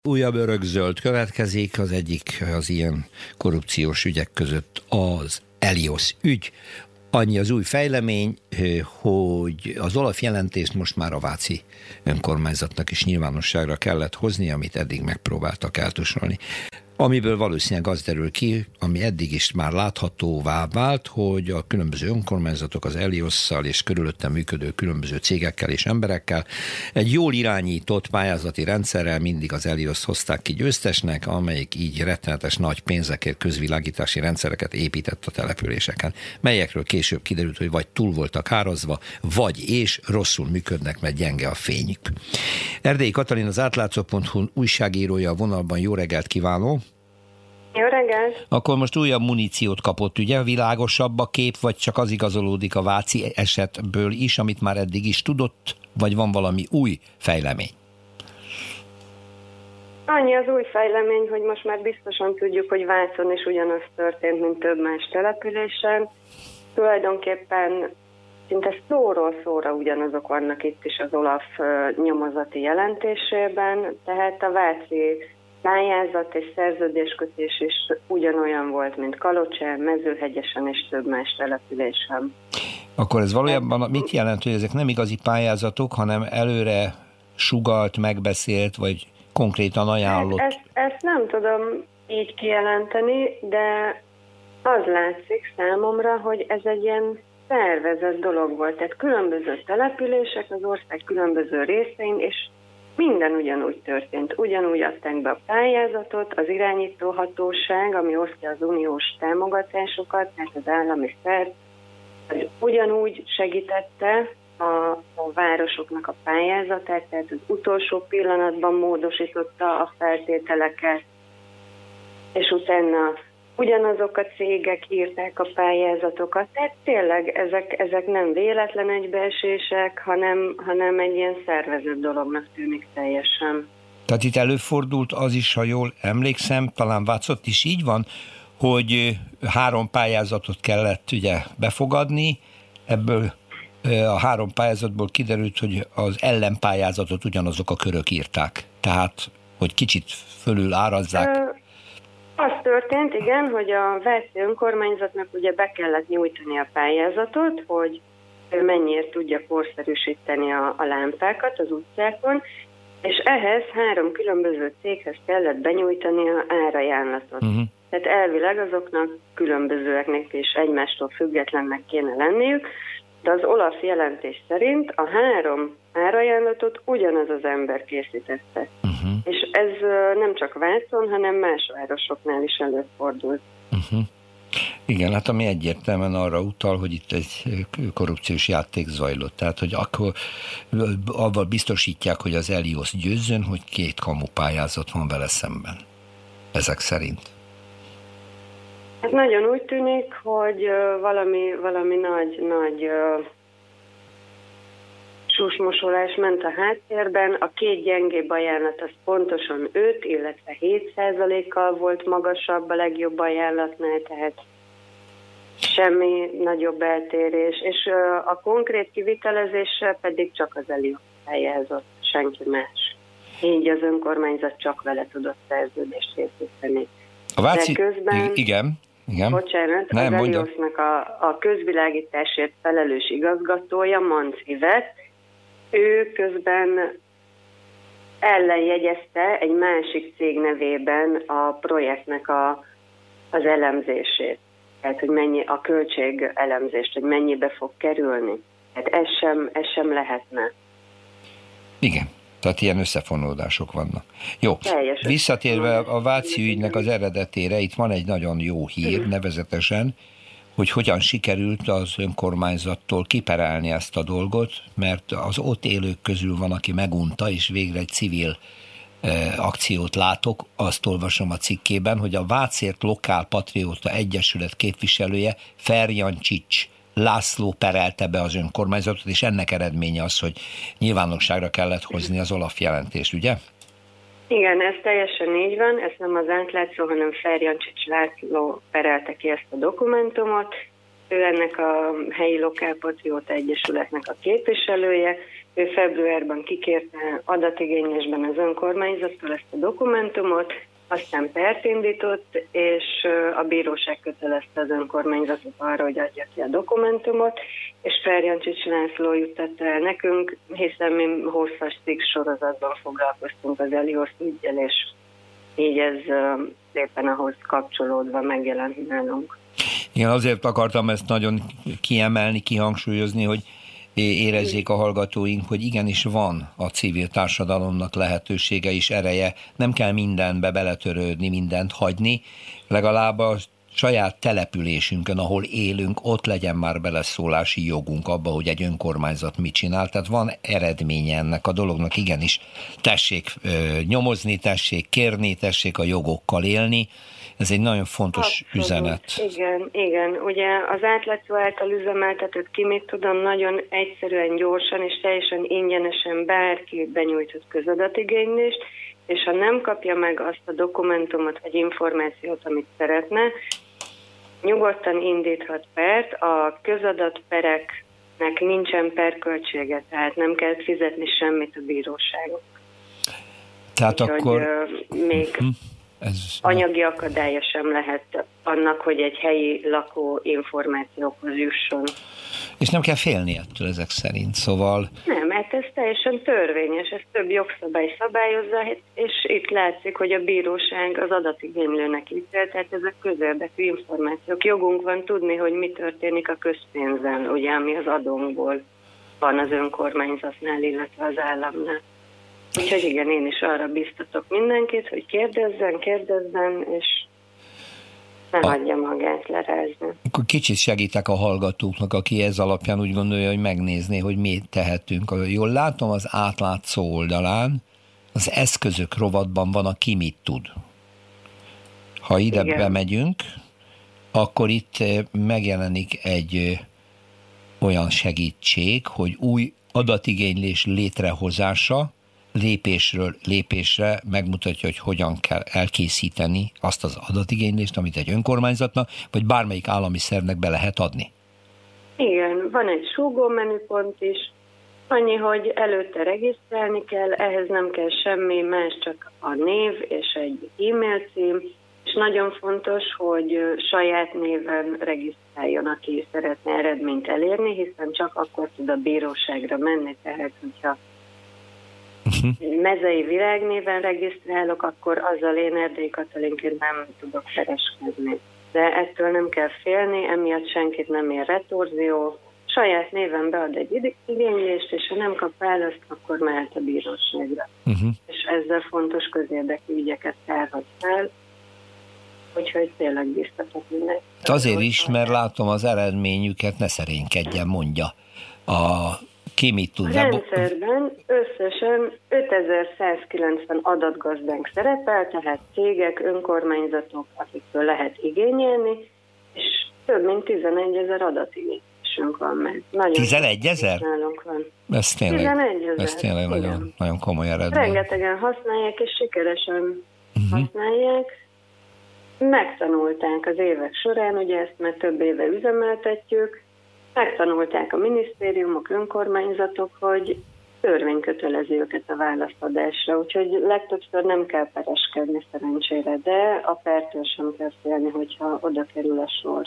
Újabb örökzöld következik, az egyik az ilyen korrupciós ügyek között az Elios ügy. Annyi az új fejlemény, hogy az OLAF jelentést most már a váci önkormányzatnak is nyilvánosságra kellett hozni, amit eddig megpróbáltak eltusolni. Amiből valószínűleg az derül ki, ami eddig is már láthatóvá vált, hogy a különböző önkormányzatok az Eliosszal és körülötte működő különböző cégekkel és emberekkel egy jól irányított pályázati rendszerrel mindig az Elioszt hozták ki győztesnek, amelyik így rettenetes nagy pénzekért közvilágítási rendszereket épített a településeken, melyekről később kiderült, hogy vagy túl voltak árazva, vagy és rosszul működnek, mert gyenge a fényük. Erdélyi Katalin, az átlátszó.hu újságírója a vonalban. Jó reggelt kívánok! Jó reggelt! Akkor most újabb muníciót kapott, ugye? Világosabb a kép, vagy csak az igazolódik a váci esetből is, amit már eddig is tudott, vagy van valami új fejlemény? Annyi az új fejlemény, hogy most már biztosan tudjuk, hogy Vácon is ugyanaz történt, mint több más településen. Tulajdonképpen szinte szóról szóra ugyanazok vannak itt is az OLAF nyomozati jelentésében, tehát a váci pályázat és szerződéskötés is ugyanolyan volt, mint Kalocsán, Mezőhegyesen és több más településen. Akkor ez valójában mit jelent, hogy ezek nem igazi pályázatok, hanem előre sugalt, megbeszélt, vagy konkrétan ajánlott? Ezt nem tudom így kijelenteni, de az látszik számomra, hogy ez egy ilyen szervezett dolog volt. Tehát különböző települések az ország különböző részein, és minden ugyanúgy történt. Ugyanúgy adták be a pályázatot, az irányítóhatóság, ami osztja az uniós támogatásokat, tehát az állami szerv, ugyanúgy segítette a városoknak a pályázatát, tehát az utolsó pillanatban módosította a feltételeket, és utána ugyanazok a cégek írták a pályázatokat, tehát tényleg ezek nem véletlen egybeesések, hanem egy ilyen szervezett dolognak tűnik teljesen. Tehát itt előfordult az is, ha jól emlékszem, talán Vácott is így van, hogy 3 pályázatot kellett ugye befogadni, ebből a 3 pályázatból kiderült, hogy az ellenpályázatot ugyanazok a körök írták. Tehát, hogy kicsit fölül árazzák. Az történt, igen, hogy a váci önkormányzatnak ugye be kellett nyújtani a pályázatot, hogy ő mennyiért tudja korszerűsíteni a lámpákat az utcákon, és ehhez 3 különböző céghez kellett benyújtani a árajánlatot. Tehát elvileg azoknak különbözőeknek és egymástól függetlennek kéne lenniük, de az OLAF jelentés szerint a 3 árajánlatot ugyanaz az ember készítette. És ez nem csak Vácon, hanem más városoknál is előfordult. Igen, hát ami egyértelműen arra utal, hogy itt egy korrupciós játék zajlott. Tehát, hogy akkor avval biztosítják, hogy az Elios győzzön, hogy 2 kamupályázat van vele szemben. Ezek szerint. Hát nagyon úgy tűnik, hogy valami nagy susmosolás ment a háttérben. A 2 gyengébb ajánlat az pontosan 5, illetve 7%-kal volt magasabb a legjobb ajánlatnál, tehát semmi nagyobb eltérés. És a konkrét kivitelezéssel pedig csak az Elios pályázott, senki más. Így az önkormányzat csak vele tudott szerződést készíteni. A váci... De közben... Igen. Bocsánat, az Eliosnak a közvilágításért felelős igazgatója, Manci Vet, ő közben ellenjegyezte egy másik cég nevében a projektnek az elemzését. Tehát, hogy mennyi a költség elemzést, hogy mennyibe fog kerülni. Tehát ez sem lehetne. Igen. Tehát ilyen összefonódások vannak. Jó, visszatérve a váci ügynek az eredetére, itt van egy nagyon jó hír, nevezetesen, hogy hogyan sikerült az önkormányzattól kiperelni ezt a dolgot, mert az ott élők közül van, aki megunta, és végre egy civil akciót látok, azt olvasom a cikkében, hogy a Vácért Lokál Patrióta Egyesület képviselője Ferjancsics László perelte be az önkormányzatot, és ennek eredménye az, hogy nyilvánosságra kellett hozni az OLAF jelentést, ugye? Igen, ez teljesen így van, ez nem az átlátszó, hanem Ferjancsics László perelte ki ezt a dokumentumot, ő ennek a helyi lokálpatrióta egyesületnek a képviselője, ő februárban kikérte adatigénylésben az önkormányzattól ezt a dokumentumot, aztán pert indított, és a bíróság kötelezte az önkormányzatot arra, hogy adja ki a dokumentumot, és Ferjancsics László juttatta el nekünk, hiszen mi hosszas cikk sorozatban foglalkoztunk az Elios üggyel, és így ez szépen ahhoz kapcsolódva megjelent nálunk. Igen, azért akartam ezt nagyon kiemelni, kihangsúlyozni, hogy érezzék a hallgatóink, hogy igenis van a civil társadalomnak lehetősége és ereje. Nem kell mindenbe beletörődni, mindent hagyni, legalább a saját településünkön, ahol élünk, ott legyen már beleszólási jogunk abba, hogy egy önkormányzat mit csinál. Tehát van eredménye ennek a dolognak, igenis. Tessék nyomozni, tessék kérni, tessék a jogokkal élni. Ez egy nagyon fontos üzenet. Igen. Ugye az átlátszó által üzemeltetett ki, mit tudom, nagyon egyszerűen, gyorsan és teljesen ingyenesen bárki benyújtott közadatigénylést, és ha nem kapja meg azt a dokumentumot vagy információt, amit szeretne, nyugodtan indíthat pert. A közadatpereknek nincsen perköltsége, tehát nem kell fizetni semmit a bíróságon. Tehát úgyhogy akkor... még anyagi akadálya sem lehet annak, hogy egy helyi lakó információkhoz jusson. És nem kell félni ettől ezek szerint, szóval... Nem, hát ez teljesen törvényes, ez több jogszabály szabályozza, és itt látszik, hogy a bíróság az adatigénylőnek ítélt, tehát ezek közérdekű információk. Jogunk van tudni, hogy mi történik a közpénzzel, ugye, ami az adónkból van az önkormányzatnál, illetve az államnál. Úgyhogy igen, én is arra biztatok mindenkit, hogy kérdezzen, és ne hagyja magát lerázni. Akkor kicsit segítek a hallgatóknak, aki ez alapján úgy gondolja, hogy megnézné, hogy mit tehetünk. Jól látom, az átlátszó oldalán az eszközök rovatban van a ki mit tud. Ha ide bemegyünk, akkor itt megjelenik egy olyan segítség, hogy új adatigénylés létrehozása, lépésről lépésre megmutatja, hogy hogyan kell elkészíteni azt az adatigénylést, amit egy önkormányzatnak, vagy bármelyik állami szervnek be lehet adni. Igen, van egy súgómenüpont is, annyi, hogy előtte regisztrálni kell, ehhez nem kell semmi más, csak a név és egy e-mail cím, és nagyon fontos, hogy saját néven regisztráljon, aki szeretne eredményt elérni, hiszen csak akkor tud a bíróságra menni, tehát hogyha Mezei Virágnéven regisztrálok, akkor azzal én Erdélyi Katalinként nem tudok kereskedni. De ettől nem kell félni, emiatt senkit nem ér retorzió. Saját néven bead egy igénylést, és ha nem kap választ, akkor mehet a bíróságra. És ezzel fontos közérdekű ügyeket tárhat fel, úgyhogy tényleg biztatok mindenki. Azért is, mert látom az eredményüket, ne szerénykedjen, mondja. A rendszerben összesen 5190 adatgazdánk szerepel, tehát cégek, önkormányzatok, akiktől lehet igényelni, és több mint 11 000 adatigénylésünk van meg. 11 000? Nálunk van. Ez tényleg nagyon, nagyon komoly eredmény. Rengetegen használják, és sikeresen használják. Megtanulták az évek során, ugye ezt már több éve üzemeltetjük, megtanulták a minisztériumok, önkormányzatok, hogy törvény kötelezi őket a válaszadásra, úgyhogy legtöbbször nem kell pereskedni szerencsére, de a pertől sem kell félni, hogyha oda kerül a sor.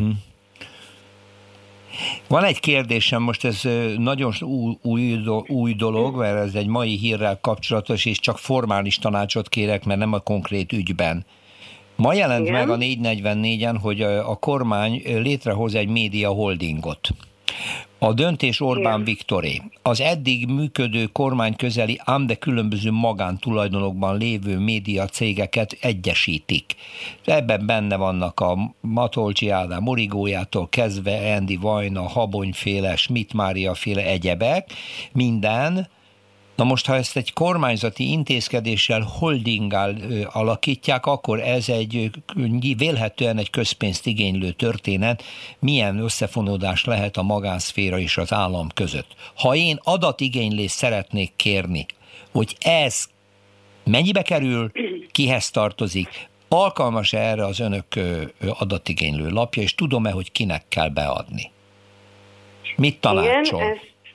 Van egy kérdésem, most ez nagyon új dolog, mert ez egy mai hírrel kapcsolatos, és csak formális tanácsot kérek, mert nem a konkrét ügyben. Ma jelent meg a 444-en, hogy a kormány létrehoz egy média holdingot. A döntés Orbán Viktoré. Az eddig működő kormány közeli, ám de különböző magántulajdonokban lévő média cégeket egyesítik. Ebben benne vannak a Matolcsi Ádám Origójától kezdve Endi Vajna, Habonyféle, Schmidt Mária féle egyebek, minden. Na most, ha ezt egy kormányzati intézkedéssel, holdinggál alakítják, akkor ez vélhetően egy közpénzt igénylő történet, milyen összefonódás lehet a magánszféra és az állam között. Ha én adatigénylést szeretnék kérni, hogy ez mennyibe kerül, kihez tartozik, Alkalmas erre az önök adatigénylő lapja, és tudom-e, hogy kinek kell beadni? Mit tanácsol? Igen,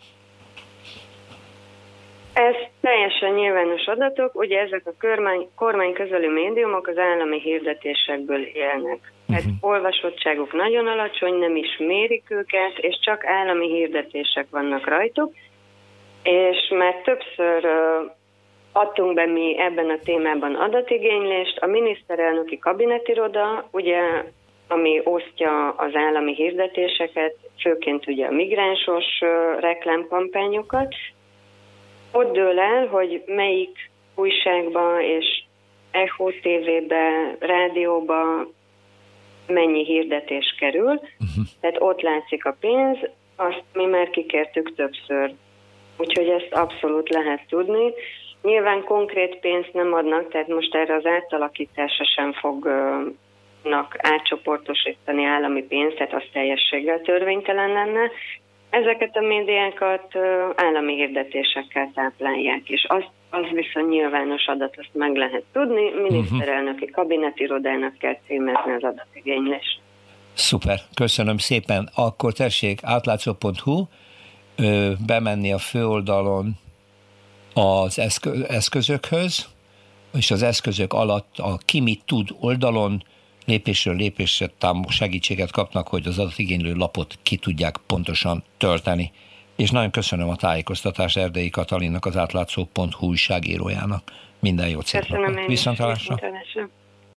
ez teljesen nyilvános adatok, ugye ezek a kormány közeli médiumok az állami hirdetésekből élnek. Tehát olvasottságuk nagyon alacsony, nem is mérik őket, és csak állami hirdetések vannak rajtuk, és már többször adtunk be mi ebben a témában adatigénylést. A miniszterelnöki kabinetiroda, ugye, ami osztja az állami hirdetéseket, főként ugye a migránsos reklámkampányokat, ott dől el, hogy melyik újságba és Echo TV-be, rádióba mennyi hirdetés kerül. Tehát ott látszik a pénz, azt mi már kikértük többször. Úgyhogy ezt abszolút lehet tudni. Nyilván konkrét pénzt nem adnak, tehát most erre az átalakításra sem fognak átcsoportosítani állami pénzt, tehát az teljességgel törvénytelen lenne. Ezeket a médiákat állami hirdetésekkel táplálják, és az viszont nyilvános adat, azt meg lehet tudni, miniszterelnöki kabinetirodának kell címezni az adatigénylést. Szuper, köszönöm szépen. Akkor tessék átlátszó.hu, bemenni a főoldalon az eszközökhöz, és az eszközök alatt a ki mit tud oldalon lépésről lépésre segítséget kapnak, hogy az adatigénylő lapot ki tudják pontosan tölteni. És nagyon köszönöm a tájékoztatást Erdei Katalinnak, az átlátszó.hu újságírójának. Minden jót, szép napot. Viszontlátásra.